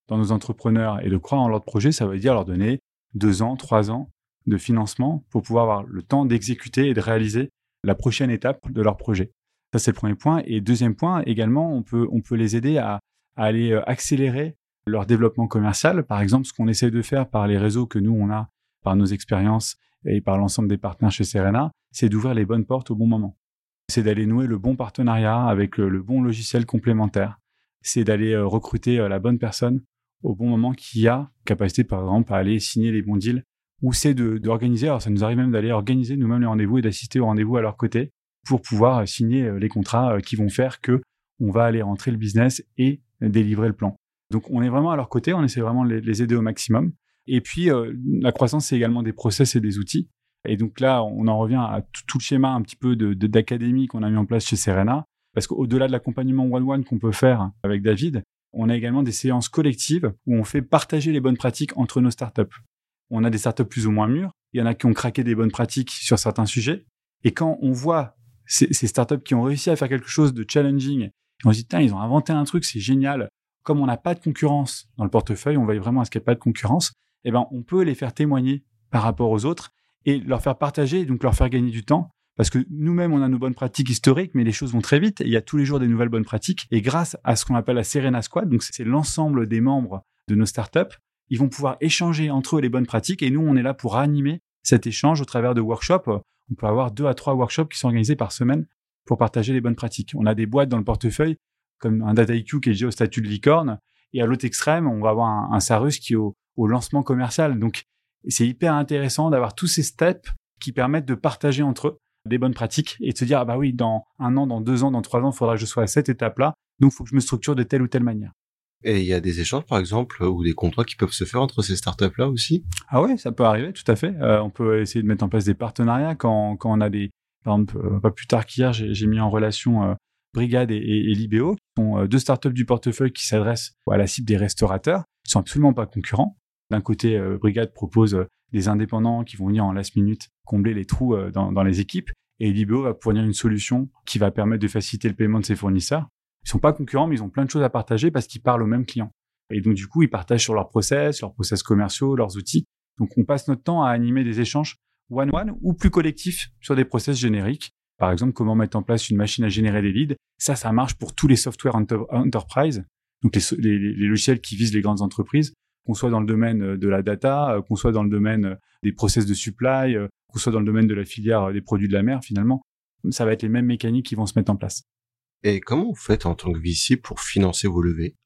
S2: dans nos entrepreneurs et de croire en leur projet, ça veut dire leur donner deux ans, trois ans de financement pour pouvoir avoir le temps d'exécuter et de réaliser la prochaine étape de leur projet. Ça, c'est le premier point. Et deuxième point, également, on peut, on peut les aider à, à aller accélérer leur développement commercial. Par exemple, ce qu'on essaie de faire par les réseaux que nous, on a, par nos expériences et par l'ensemble des partenaires chez Serena, c'est d'ouvrir les bonnes portes au bon moment. C'est d'aller nouer le bon partenariat avec le, le bon logiciel complémentaire. C'est d'aller euh, recruter euh, la bonne personne au bon moment qui a capacité, par exemple, à aller signer les bons deals. Ou c'est de, d'organiser, alors ça nous arrive même d'aller organiser nous-mêmes les rendez-vous et d'assister aux rendez-vous à leur côté pour pouvoir euh, signer euh, les contrats euh, qui vont faire que on va aller rentrer le business et euh, délivrer le plan. Donc, on est vraiment à leur côté, on essaie vraiment de les, les aider au maximum. Et puis, euh, la croissance, c'est également des process et des outils. Et donc là, on en revient à tout, tout le schéma un petit peu de, de, d'académie qu'on a mis en place chez Serena. Parce qu'au-delà de l'accompagnement one-one qu'on peut faire avec David, on a également des séances collectives où on fait partager les bonnes pratiques entre nos startups. On a des startups plus ou moins mûres. Il y en a qui ont craqué des bonnes pratiques sur certains sujets. Et quand on voit ces, ces startups qui ont réussi à faire quelque chose de challenging, on se dit, tiens, ils ont inventé un truc, c'est génial. Comme on n'a pas de concurrence dans le portefeuille, on veille vraiment à ce qu'il n'y ait pas de concurrence, eh ben, on peut les faire témoigner par rapport aux autres et leur faire partager, donc leur faire gagner du temps. Parce que nous-mêmes, on a nos bonnes pratiques historiques, mais les choses vont très vite. Et il y a tous les jours des nouvelles bonnes pratiques. Et grâce à ce qu'on appelle la Serena Squad, donc c'est l'ensemble des membres de nos startups, ils vont pouvoir échanger entre eux les bonnes pratiques. Et nous, on est là pour animer cet échange au travers de workshops. On peut avoir deux à trois workshops qui sont organisés par semaine pour partager les bonnes pratiques. On a des boîtes dans le portefeuille, comme un DataIQ qui est déjà au statut de licorne. Et à l'autre extrême, on va avoir un, un Sarus qui est au, au lancement commercial. Donc, c'est hyper intéressant d'avoir tous ces steps qui permettent de partager entre eux des bonnes pratiques et de se dire, ah bah oui, dans un an, dans deux ans, dans trois ans, il faudra que je sois à cette étape-là. Donc, il faut que je me structure de telle ou telle manière.
S1: Et il y a des échanges, par exemple, ou des contrats qui peuvent se faire entre ces startups-là aussi?
S2: Ah ouais, ça peut arriver, tout à fait. Euh, on peut essayer de mettre en place des partenariats quand, quand on a des... Par exemple, euh, pas plus tard qu'hier, j'ai, j'ai mis en relation euh, Brigade et, et, et Libéo, qui sont euh, deux startups du portefeuille qui s'adressent à la cible des restaurateurs. Ils sont absolument pas concurrents. D'un côté, euh, Brigade propose euh, des indépendants qui vont venir en last minute combler les trous euh, dans, dans les équipes. Et Libéo va fournir une solution qui va permettre de faciliter le paiement de ses fournisseurs. Ils sont pas concurrents, mais ils ont plein de choses à partager parce qu'ils parlent aux mêmes clients. Et donc, du coup, ils partagent sur leurs process, leurs process commerciaux, leurs outils. Donc, on passe notre temps à animer des échanges one-one ou plus collectifs sur des process génériques. Par exemple, comment mettre en place une machine à générer des leads. Ça, ça marche pour tous les software enter- enterprise. Donc, les, les, les logiciels qui visent les grandes entreprises, qu'on soit dans le domaine de la data, qu'on soit dans le domaine des process de supply, qu'on soit dans le domaine de la filière des produits de la mer, finalement, ça va être les mêmes mécaniques qui vont se mettre en place.
S1: Et comment vous faites en tant que V C pour financer vos levées?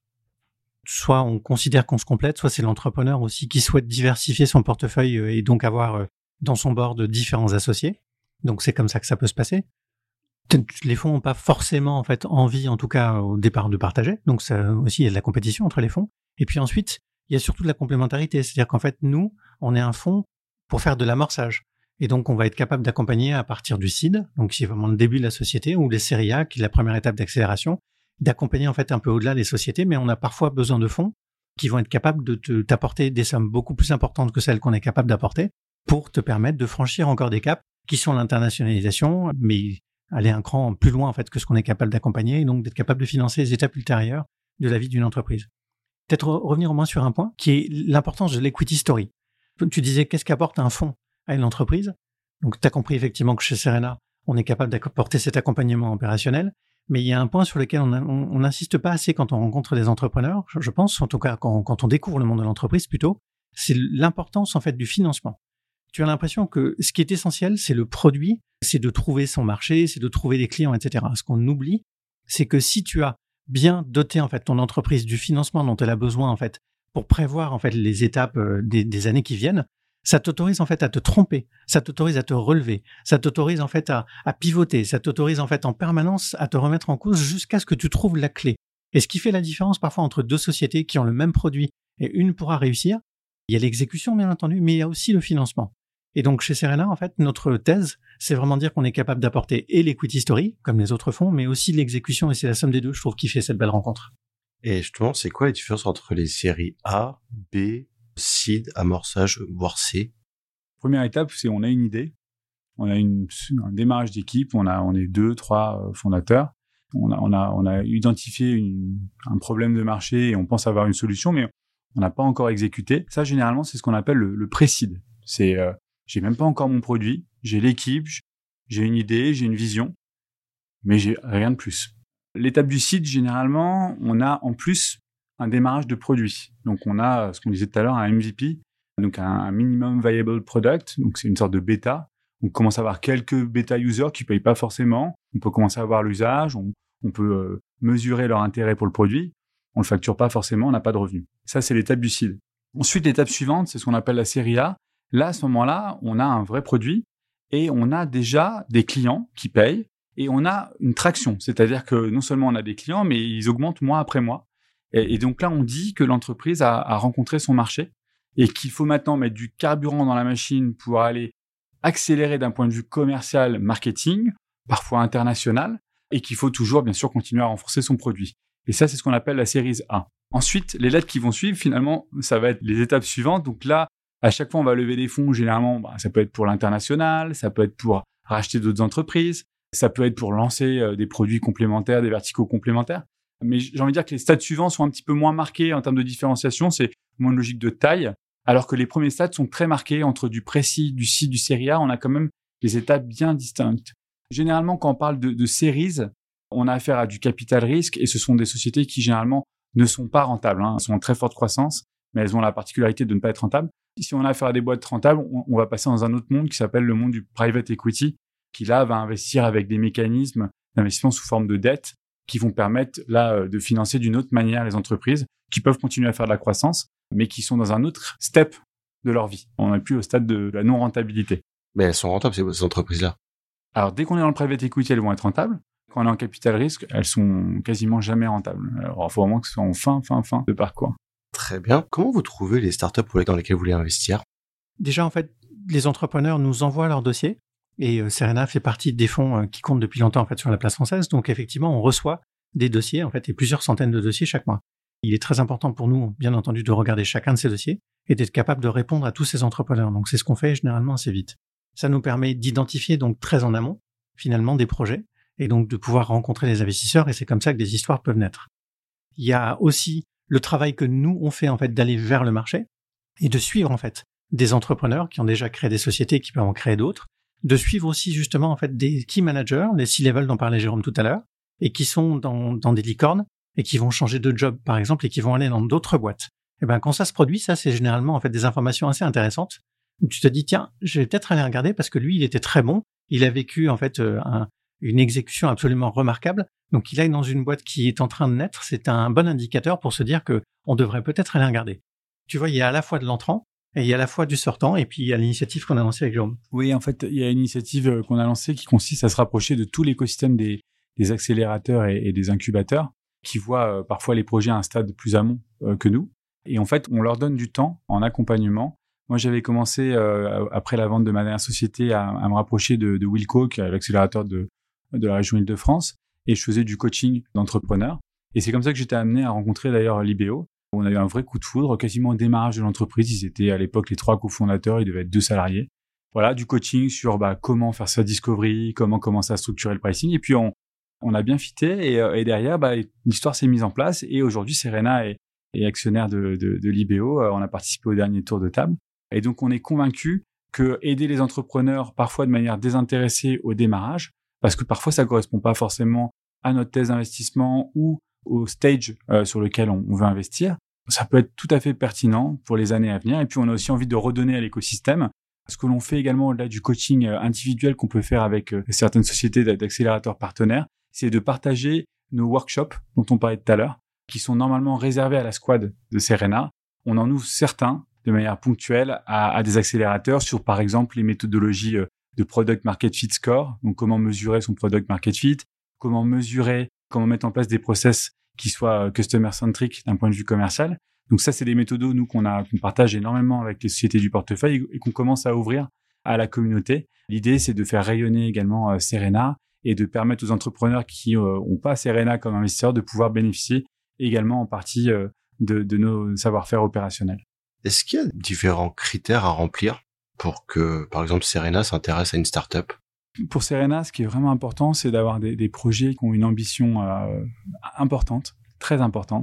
S3: Soit on considère qu'on se complète, soit c'est l'entrepreneur aussi qui souhaite diversifier son portefeuille et donc avoir dans son board différents associés. Donc c'est comme ça que ça peut se passer. Les fonds n'ont pas forcément en fait envie, en tout cas au départ, de partager. Donc ça aussi, il y a de la compétition entre les fonds. Et puis ensuite, il y a surtout de la complémentarité. C'est-à-dire qu'en fait, nous, on est un fonds pour faire de l'amorçage. Et donc, on va être capable d'accompagner à partir du seed, donc c'est vraiment le début de la société, ou les séries A, qui est la première étape d'accélération, d'accompagner en fait un peu au-delà les sociétés, mais on a parfois besoin de fonds qui vont être capables de te, t'apporter des sommes beaucoup plus importantes que celles qu'on est capable d'apporter pour te permettre de franchir encore des caps qui sont l'internationalisation, mais aller un cran plus loin en fait que ce qu'on est capable d'accompagner, et donc d'être capable de financer les étapes ultérieures de la vie d'une entreprise. Peut-être revenir au moins sur un point qui est l'importance de l'equity story. Tu disais qu'est-ce qu'apporte un fonds à une entreprise. Donc, tu as compris effectivement que chez Serena, on est capable d'apporter cet accompagnement opérationnel. Mais il y a un point sur lequel on n'insiste pas assez quand on rencontre des entrepreneurs, je, je pense, en tout cas quand, quand on découvre le monde de l'entreprise plutôt, c'est l'importance en fait du financement. Tu as l'impression que ce qui est essentiel, c'est le produit, c'est de trouver son marché, c'est de trouver des clients, et cetera. Ce qu'on oublie, c'est que si tu as bien doté en fait ton entreprise du financement dont elle a besoin en fait pour prévoir en fait les étapes euh, des, des années qui viennent, ça t'autorise en fait à te tromper, ça t'autorise à te relever, ça t'autorise en fait à, à pivoter, ça t'autorise en fait en permanence à te remettre en cause jusqu'à ce que tu trouves la clé. Et ce qui fait la différence parfois entre deux sociétés qui ont le même produit et une pourra réussir, il y a l'exécution bien entendu, mais il y a aussi le financement. Et donc chez Serena, en fait, notre thèse, c'est vraiment dire qu'on est capable d'apporter et l'equity story, comme les autres fonds, mais aussi l'exécution, et c'est la somme des deux, je trouve, qui fait cette belle rencontre.
S1: Et justement, c'est quoi la différence entre les séries A, B, seed, amorçage, voire C?
S2: Première étape, c'est on a une idée, on a une, un démarrage d'équipe, on a on est deux, trois fondateurs, on a on a on a identifié une, un problème de marché et on pense avoir une solution, mais on n'a pas encore exécuté. Ça, généralement, c'est ce qu'on appelle le, le pré-seed. C'est, euh, j'ai même pas encore mon produit, j'ai l'équipe, j'ai une idée, j'ai une vision, mais j'ai rien de plus. L'étape du seed, généralement, on a en plus un démarrage de produit. Donc, on a ce qu'on disait tout à l'heure, un M V P, donc un minimum viable product. Donc, c'est une sorte de bêta. On commence à avoir quelques bêta users qui payent pas forcément. On peut commencer à voir l'usage. On, on peut euh, mesurer leur intérêt pour le produit. On le facture pas forcément, on n'a pas de revenus. Ça, c'est l'étape du seed. Ensuite, l'étape suivante, c'est ce qu'on appelle la série A. Là, à ce moment-là, on a un vrai produit et on a déjà des clients qui payent et on a une traction. C'est-à-dire que non seulement on a des clients, mais ils augmentent mois après mois. Et, et donc là, on dit que l'entreprise a, a rencontré son marché et qu'il faut maintenant mettre du carburant dans la machine pour aller accélérer d'un point de vue commercial, marketing, parfois international, et qu'il faut toujours, bien sûr, continuer à renforcer son produit. Et ça, c'est ce qu'on appelle la série A. Ensuite, les lettres qui vont suivre, finalement, ça va être les étapes suivantes. Donc là, à chaque fois, on va lever des fonds. Généralement, bah, ça peut être pour l'international, ça peut être pour racheter d'autres entreprises, ça peut être pour lancer euh, des produits complémentaires, des verticaux complémentaires. Mais j'ai envie de dire que les stades suivants sont un petit peu moins marqués en termes de différenciation. C'est moins une logique de taille, alors que les premiers stades sont très marqués entre du pré-seed, du seed, du série A. On a quand même des étapes bien distinctes. Généralement, quand on parle de, de series, on a affaire à du capital risque et ce sont des sociétés qui, généralement, ne sont pas rentables. Hein. Elles sont en très forte croissance, mais elles ont la particularité de ne pas être rentables. Si on a affaire à des boîtes rentables, on, on va passer dans un autre monde qui s'appelle le monde du private equity, qui là va investir avec des mécanismes d'investissement sous forme de dette qui vont permettre là de financer d'une autre manière les entreprises qui peuvent continuer à faire de la croissance, mais qui sont dans un autre step de leur vie. On n'est plus au stade de la non-rentabilité.
S1: Mais elles sont rentables, ces entreprises-là.
S2: Alors, dès qu'on est dans le private equity, elles vont être rentables. Quand on est en capital risque, elles sont quasiment jamais rentables. Alors, il faut vraiment que ce soit en fin, fin, fin de parcours.
S1: Très bien. Comment vous trouvez les startups dans lesquelles vous voulez investir?
S3: Déjà, en fait, les entrepreneurs nous envoient leurs dossiers et euh, Serena fait partie des fonds euh, qui comptent depuis longtemps en fait sur la place française. Donc, effectivement, on reçoit des dossiers en fait et plusieurs centaines de dossiers chaque mois. Il est très important pour nous, bien entendu, de regarder chacun de ces dossiers et d'être capable de répondre à tous ces entrepreneurs. Donc, c'est ce qu'on fait généralement assez vite. Ça nous permet d'identifier donc très en amont, finalement, des projets et donc de pouvoir rencontrer les investisseurs et c'est comme ça que des histoires peuvent naître. Il y a aussi le travail que nous, on fait en fait d'aller vers le marché et de suivre en fait des entrepreneurs qui ont déjà créé des sociétés qui peuvent en créer d'autres, de suivre aussi justement en fait des key managers, les C-level dont parlait Jérôme tout à l'heure, et qui sont dans, dans des licornes et qui vont changer de job par exemple et qui vont aller dans d'autres boîtes. Et ben quand ça se produit, ça c'est généralement en fait des informations assez intéressantes où tu te dis tiens, je vais peut-être aller regarder parce que lui il était très bon, il a vécu en fait euh, un, une exécution absolument remarquable. Donc il aille dans une boîte qui est en train de naître, c'est un bon indicateur pour se dire que on devrait peut-être aller regarder. Tu vois, il y a à la fois de l'entrant et il y a à la fois du sortant et puis il y a l'initiative qu'on a lancée avec Jérôme.
S2: Oui, en fait, il y a une initiative qu'on a lancée qui consiste à se rapprocher de tout l'écosystème des, des accélérateurs et, et des incubateurs qui voient euh, parfois les projets à un stade plus amont euh, que nous. Et en fait, on leur donne du temps en accompagnement. Moi, j'avais commencé, euh, après la vente de ma dernière société, à, à me rapprocher de, de Wilco, qui est l'accélérateur de, de la région Île-de-France, et je faisais du coaching d'entrepreneurs. Et c'est comme ça que j'étais amené à rencontrer d'ailleurs Libéo. On a eu un vrai coup de foudre, quasiment au démarrage de l'entreprise. Ils étaient à l'époque les trois cofondateurs, ils devaient être deux salariés. Voilà, du coaching sur bah, comment faire sa discovery, comment commencer à structurer le pricing. Et puis, on, on a bien fité et, et derrière, bah, l'histoire s'est mise en place. Et aujourd'hui, Serena est, est actionnaire de, de, de Libéo. On a participé au dernier tour de table. Et donc, on est convaincu que aider les entrepreneurs, parfois de manière désintéressée au démarrage, parce que parfois, ça correspond pas forcément à notre thèse d'investissement ou au stage euh, sur lequel on, on veut investir, ça peut être tout à fait pertinent pour les années à venir. Et puis, on a aussi envie de redonner à l'écosystème. Ce que l'on fait également au-delà du coaching individuel qu'on peut faire avec euh, certaines sociétés d'accélérateurs partenaires, c'est de partager nos workshops dont on parlait tout à l'heure, qui sont normalement réservés à la squad de Serena. On en ouvre certains de manière ponctuelle à, à des accélérateurs sur, par exemple, les méthodologies de Product Market Fit Score, donc comment mesurer son Product Market Fit, comment mesurer, comment mettre en place des process qui soient customer-centric d'un point de vue commercial. Donc ça, c'est des méthodos, nous, qu'on a, qu'on partage énormément avec les sociétés du portefeuille et qu'on commence à ouvrir à la communauté. L'idée, c'est de faire rayonner également euh, Serena et de permettre aux entrepreneurs qui n'ont euh, pas Serena comme investisseur de pouvoir bénéficier également en partie euh, de, de nos savoir-faire opérationnels.
S1: Est-ce qu'il y a différents critères à remplir pour que, par exemple, Serena s'intéresse à une startup?
S2: Pour Serena, ce qui est vraiment important, c'est d'avoir des, des projets qui ont une ambition euh, importante, très importante,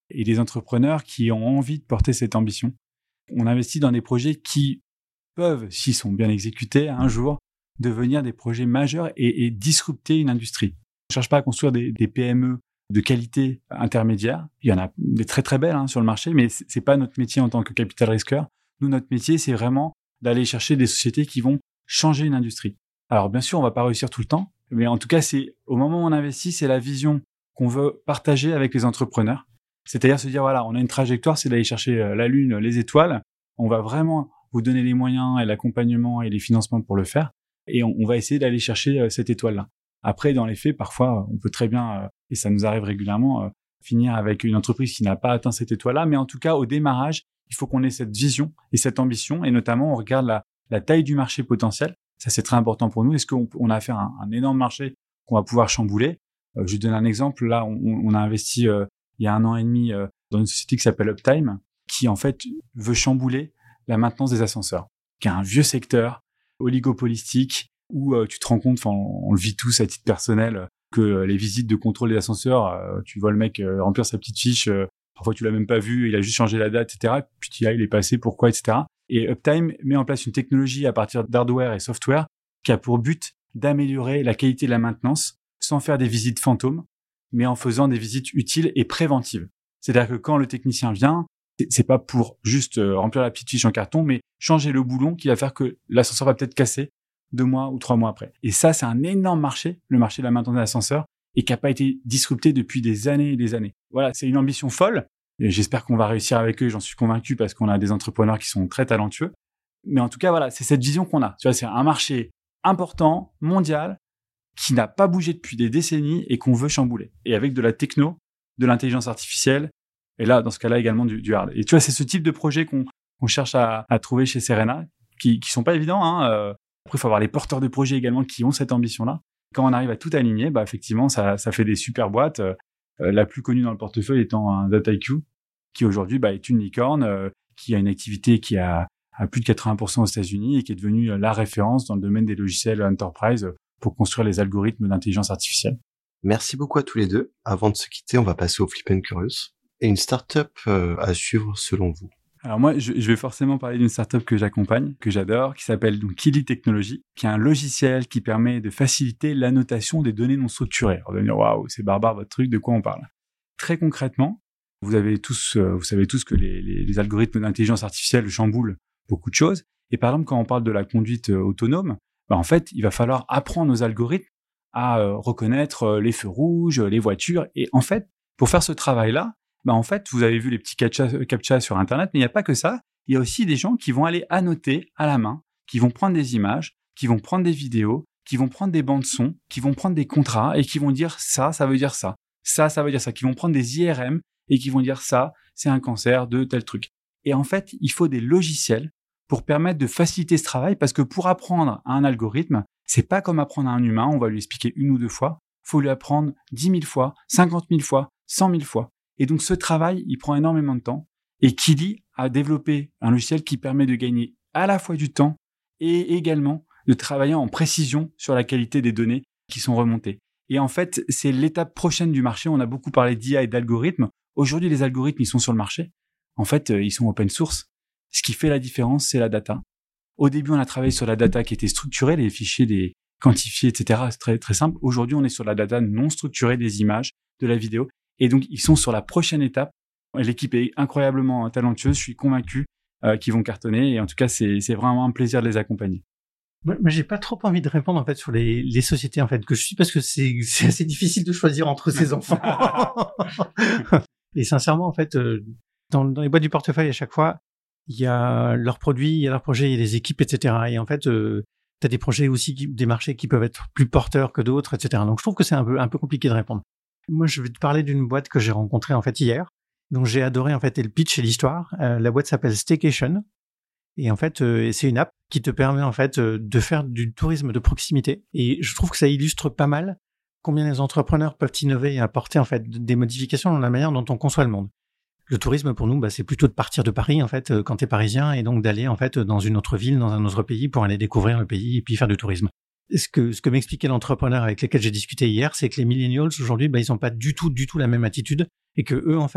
S2: et des entrepreneurs qui ont envie de porter cette ambition. On investit dans des projets qui peuvent, s'ils sont bien exécutés, un jour devenir des projets majeurs et, et disrupter une industrie. On ne cherche pas à construire des, des P M E de qualité intermédiaire. Il y en a des très très belles hein, sur le marché, mais c'est, c'est pas notre métier en tant que capital risqueur. Nous, notre métier, c'est vraiment d'aller chercher des sociétés qui vont changer une industrie. Alors bien sûr, on va pas réussir tout le temps, mais en tout cas, c'est au moment où on investit, c'est la vision qu'on veut partager avec les entrepreneurs. C'est-à-dire se dire, voilà, on a une trajectoire, c'est d'aller chercher la Lune, les étoiles. On va vraiment vous donner les moyens et l'accompagnement et les financements pour le faire. Et on, on va essayer d'aller chercher cette étoile-là. Après, dans les faits, parfois, on peut très bien, et ça nous arrive régulièrement, finir avec une entreprise qui n'a pas atteint cette étoile-là. Mais en tout cas, au démarrage, il faut qu'on ait cette vision et cette ambition. Et notamment, on regarde la, la taille du marché potentiel. Ça, c'est très important pour nous. Est-ce qu'on on a affaire à un, un énorme marché qu'on va pouvoir chambouler? euh, Je vous donne un exemple. Là, on, on a investi euh, il y a un an et demi euh, dans une société qui s'appelle Uptime, qui en fait veut chambouler la maintenance des ascenseurs, qui est un vieux secteur oligopolistique où euh, tu te rends compte, enfin, on, on le vit tous à titre personnel, que euh, les visites de contrôle des ascenseurs, euh, tu vois le mec euh, remplir sa petite fiche, euh, parfois tu l'as même pas vu, il a juste changé la date, et cetera. Puis tu dis, ah, il est passé, pourquoi, et cetera. Et Uptime met en place une technologie à partir d'hardware et software qui a pour but d'améliorer la qualité de la maintenance sans faire des visites fantômes, mais en faisant des visites utiles et préventives. C'est-à-dire que quand le technicien vient, c'est pas pour juste remplir la petite fiche en carton, mais changer le boulon qui va faire que l'ascenseur va peut-être casser deux mois ou trois mois après. Et ça, c'est un énorme marché, le marché de la maintenance d'ascenseurs, et qui n'a pas été disrupté depuis des années et des années. Voilà, c'est une ambition folle. Et j'espère qu'on va réussir avec eux, j'en suis convaincu, parce qu'on a des entrepreneurs qui sont très talentueux. Mais en tout cas, voilà, c'est cette vision qu'on a. Tu vois, c'est un marché important, mondial, qui n'a pas bougé depuis des décennies et qu'on veut chambouler. Et avec de la techno, de l'intelligence artificielle, et là, dans ce cas-là, également du, du hard. Et tu vois, c'est ce type de projet qu'on, qu'on cherche à, à trouver chez Serena, qui, qui sont pas évidents, hein. Euh, après, il faut avoir les porteurs de projets également qui ont cette ambition-là. Quand on arrive à tout aligner, bah, effectivement, ça, ça fait des super boîtes. Euh, la plus connue dans le portefeuille étant un DataIQ, qui aujourd'hui, bah, est une licorne, euh, qui a une activité qui a, a plus de quatre-vingts pour cent aux États-Unis et qui est devenue la référence dans le domaine des logiciels enterprise pour construire les algorithmes d'intelligence artificielle.
S1: Merci beaucoup à tous les deux. Avant de se quitter, on va passer au Flip and Curious. Et une startup euh, à suivre selon vous?
S2: Alors moi, je, je vais forcément parler d'une startup que j'accompagne, que j'adore, qui s'appelle donc Kili Technologies, qui est un logiciel qui permet de faciliter l'annotation des données non structurées. On va dire, waouh, c'est barbare votre truc, de quoi on parle? Très concrètement, vous avez tous, euh, vous savez tous que les, les, les algorithmes d'intelligence artificielle chamboulent beaucoup de choses. Et par exemple, quand on parle de la conduite euh, autonome, bah, en fait, il va falloir apprendre aux algorithmes à euh, reconnaître euh, les feux rouges, les voitures. Et en fait, pour faire ce travail-là, bah en fait, vous avez vu les petits captcha, captcha sur Internet, mais il n'y a pas que ça. Il y a aussi des gens qui vont aller annoter à la main, qui vont prendre des images, qui vont prendre des vidéos, qui vont prendre des bandes son, qui vont prendre des contrats et qui vont dire ça, ça veut dire ça, ça, ça veut dire ça, qui vont prendre des I R M et qui vont dire ça, c'est un cancer de tel truc. Et en fait, il faut des logiciels pour permettre de faciliter ce travail, parce que pour apprendre à un algorithme, c'est pas comme apprendre à un humain, on va lui expliquer une ou deux fois, faut lui apprendre dix mille fois, cinquante mille fois, cent mille fois. Et donc, ce travail, il prend énormément de temps. Et Kili a développé un logiciel qui permet de gagner à la fois du temps et également de travailler en précision sur la qualité des données qui sont remontées. Et en fait, c'est l'étape prochaine du marché. On a beaucoup parlé d'I A et d'algorithmes. Aujourd'hui, les algorithmes, ils sont sur le marché. En fait, ils sont open source. Ce qui fait la différence, c'est la data. Au début, on a travaillé sur la data qui était structurée, les fichiers, les quantifiés, et cetera. C'est très, très simple. Aujourd'hui, on est sur la data non structurée, des images, de la vidéo. Et donc, ils sont sur la prochaine étape. L'équipe est incroyablement talentueuse. Je suis convaincu euh, qu'ils vont cartonner. Et en tout cas, c'est, c'est vraiment un plaisir de les accompagner.
S3: Moi, j'ai pas trop envie de répondre en fait sur les, les sociétés en fait que je suis, parce que c'est, c'est assez difficile de choisir entre ces enfants. Et sincèrement, en fait, euh, dans, dans les boîtes du portefeuille, à chaque fois, il y a leurs produits, il y a leurs projets, il y a des équipes, et cetera. Et en fait, euh, t'as des projets aussi, qui, des marchés qui peuvent être plus porteurs que d'autres, et cetera. Donc, je trouve que c'est un peu un peu compliqué de répondre. Moi, je vais te parler d'une boîte que j'ai rencontrée en fait hier, dont j'ai adoré en fait et le pitch et l'histoire. Euh, la boîte s'appelle Staycation, et en fait, euh, c'est une app qui te permet en fait euh, de faire du tourisme de proximité. Et je trouve que ça illustre pas mal combien les entrepreneurs peuvent innover et apporter en fait des modifications dans la manière dont on conçoit le monde. Le tourisme pour nous, bah, c'est plutôt de partir de Paris en fait euh, quand t'es parisien, et donc d'aller en fait dans une autre ville, dans un autre pays pour aller découvrir le pays et puis faire du tourisme. Ce que, ce que m'expliquait l'entrepreneur avec lequel j'ai discuté hier, c'est que les millennials aujourd'hui, bah, ils ont pas du tout, du tout la même attitude, et que eux, en fait,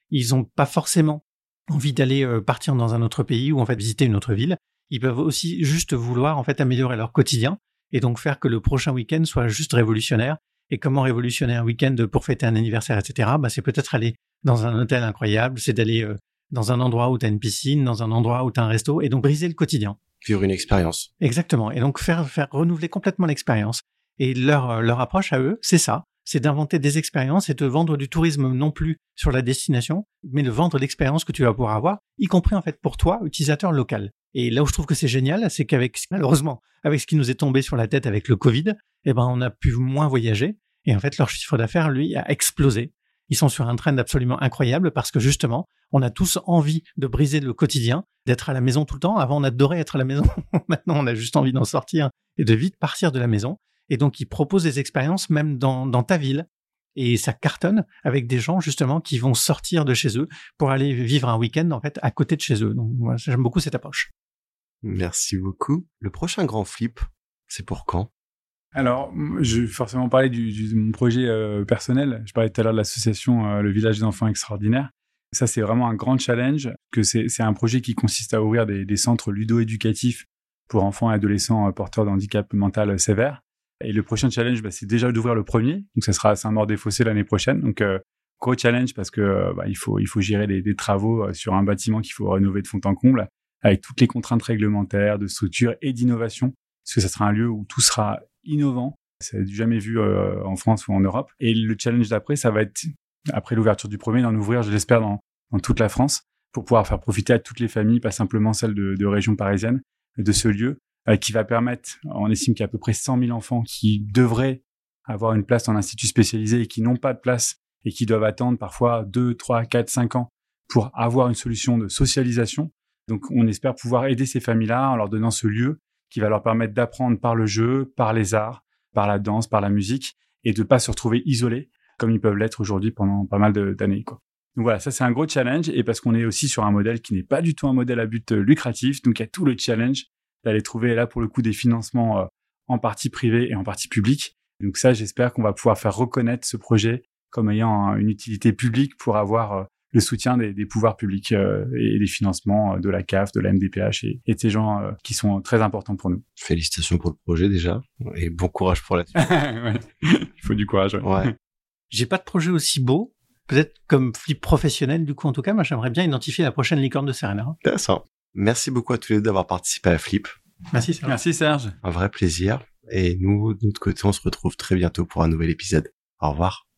S3: ils ont pas forcément envie d'aller euh, partir dans un autre pays ou en fait visiter une autre ville. Ils peuvent aussi juste vouloir en fait améliorer leur quotidien et donc faire que le prochain week-end soit juste révolutionnaire. Et comment révolutionner un week-end pour fêter un anniversaire, et cetera. Bah, c'est peut-être aller dans un hôtel incroyable, c'est d'aller euh, dans un endroit où tu as une piscine, dans un endroit où tu as un resto, et donc briser le quotidien.
S1: Vivre une expérience.
S3: Exactement. Et donc faire faire renouveler complètement l'expérience. Et leur leur approche à eux, c'est ça, c'est d'inventer des expériences et de vendre du tourisme non plus sur la destination, mais de vendre l'expérience que tu vas pouvoir avoir, y compris en fait pour toi, utilisateur local. Et là où je trouve que c'est génial, c'est qu'avec malheureusement avec ce qui nous est tombé sur la tête avec le Covid, eh ben on a pu moins voyager et en fait leur chiffre d'affaires lui a explosé. Ils sont sur un trend absolument incroyable parce que justement, on a tous envie de briser le quotidien, d'être à la maison tout le temps. Avant, on adorait être à la maison. Maintenant, on a juste envie d'en sortir et de vite partir de la maison. Et donc, ils proposent des expériences même dans, dans ta ville. Et ça cartonne avec des gens, justement, qui vont sortir de chez eux pour aller vivre un week-end, en fait, à côté de chez eux. Donc, moi, j'aime beaucoup cette approche.
S1: Merci beaucoup. Le prochain grand flip, c'est pour quand?
S2: Alors, je vais forcément parler du, du, de mon projet euh, personnel. Je parlais tout à l'heure de l'association euh, Le Village des Enfants Extraordinaires. Ça, c'est vraiment un grand challenge. Que c'est, c'est un projet qui consiste à ouvrir des, des centres ludo-éducatifs pour enfants et adolescents euh, porteurs de handicap mental sévère. Et le prochain challenge, bah, c'est déjà d'ouvrir le premier. Donc, ça sera à Saint-Maur-des-Fossés l'année prochaine. Donc, euh, gros challenge parce que euh, bah, il faut il faut gérer des, des travaux euh, sur un bâtiment qu'il faut rénover de fond en comble, avec toutes les contraintes réglementaires, de structure et d'innovation. Parce que ça sera un lieu où tout sera innovant. C'est du jamais vu euh, en France ou en Europe. Et le challenge d'après, ça va être, après l'ouverture du premier, d'en ouvrir, je l'espère, dans, dans toute la France, pour pouvoir faire profiter à toutes les familles, pas simplement celles de, de région parisienne, de ce lieu, euh, qui va permettre, on estime qu'il y a à peu près cent mille enfants qui devraient avoir une place en institut spécialisé et qui n'ont pas de place et qui doivent attendre parfois deux, trois, quatre, cinq ans pour avoir une solution de socialisation. Donc, on espère pouvoir aider ces familles-là en leur donnant ce lieu qui va leur permettre d'apprendre par le jeu, par les arts, par la danse, par la musique, et de pas se retrouver isolés, comme ils peuvent l'être aujourd'hui pendant pas mal de, d'années, quoi. Donc voilà, ça c'est un gros challenge, et parce qu'on est aussi sur un modèle qui n'est pas du tout un modèle à but lucratif, donc il y a tout le challenge d'aller trouver là pour le coup des financements euh, en partie privés et en partie publics. Donc ça, j'espère qu'on va pouvoir faire reconnaître ce projet comme ayant une utilité publique pour avoir euh, le soutien des, des pouvoirs publics euh, et des financements de la C A F, de la M D P H et, et de ces gens euh, qui sont très importants pour nous.
S1: Félicitations pour le projet déjà et bon courage pour la suite.
S2: Ouais. Il faut du courage. Ouais.
S1: Ouais.
S3: J'ai pas de projet aussi beau, peut-être comme flip professionnel du coup en tout cas. Moi, j'aimerais bien identifier la prochaine licorne de Serena.
S1: Intéressant. Merci beaucoup à tous les deux d'avoir participé à Flip.
S3: Merci Serge.
S2: Merci Serge.
S1: Un vrai plaisir. Et nous, de notre côté, on se retrouve très bientôt pour un nouvel épisode. Au revoir.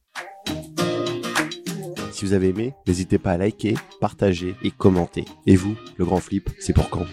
S1: Si vous avez aimé, n'hésitez pas à liker, partager et commenter. Et vous, le grand flip, c'est pour quand ?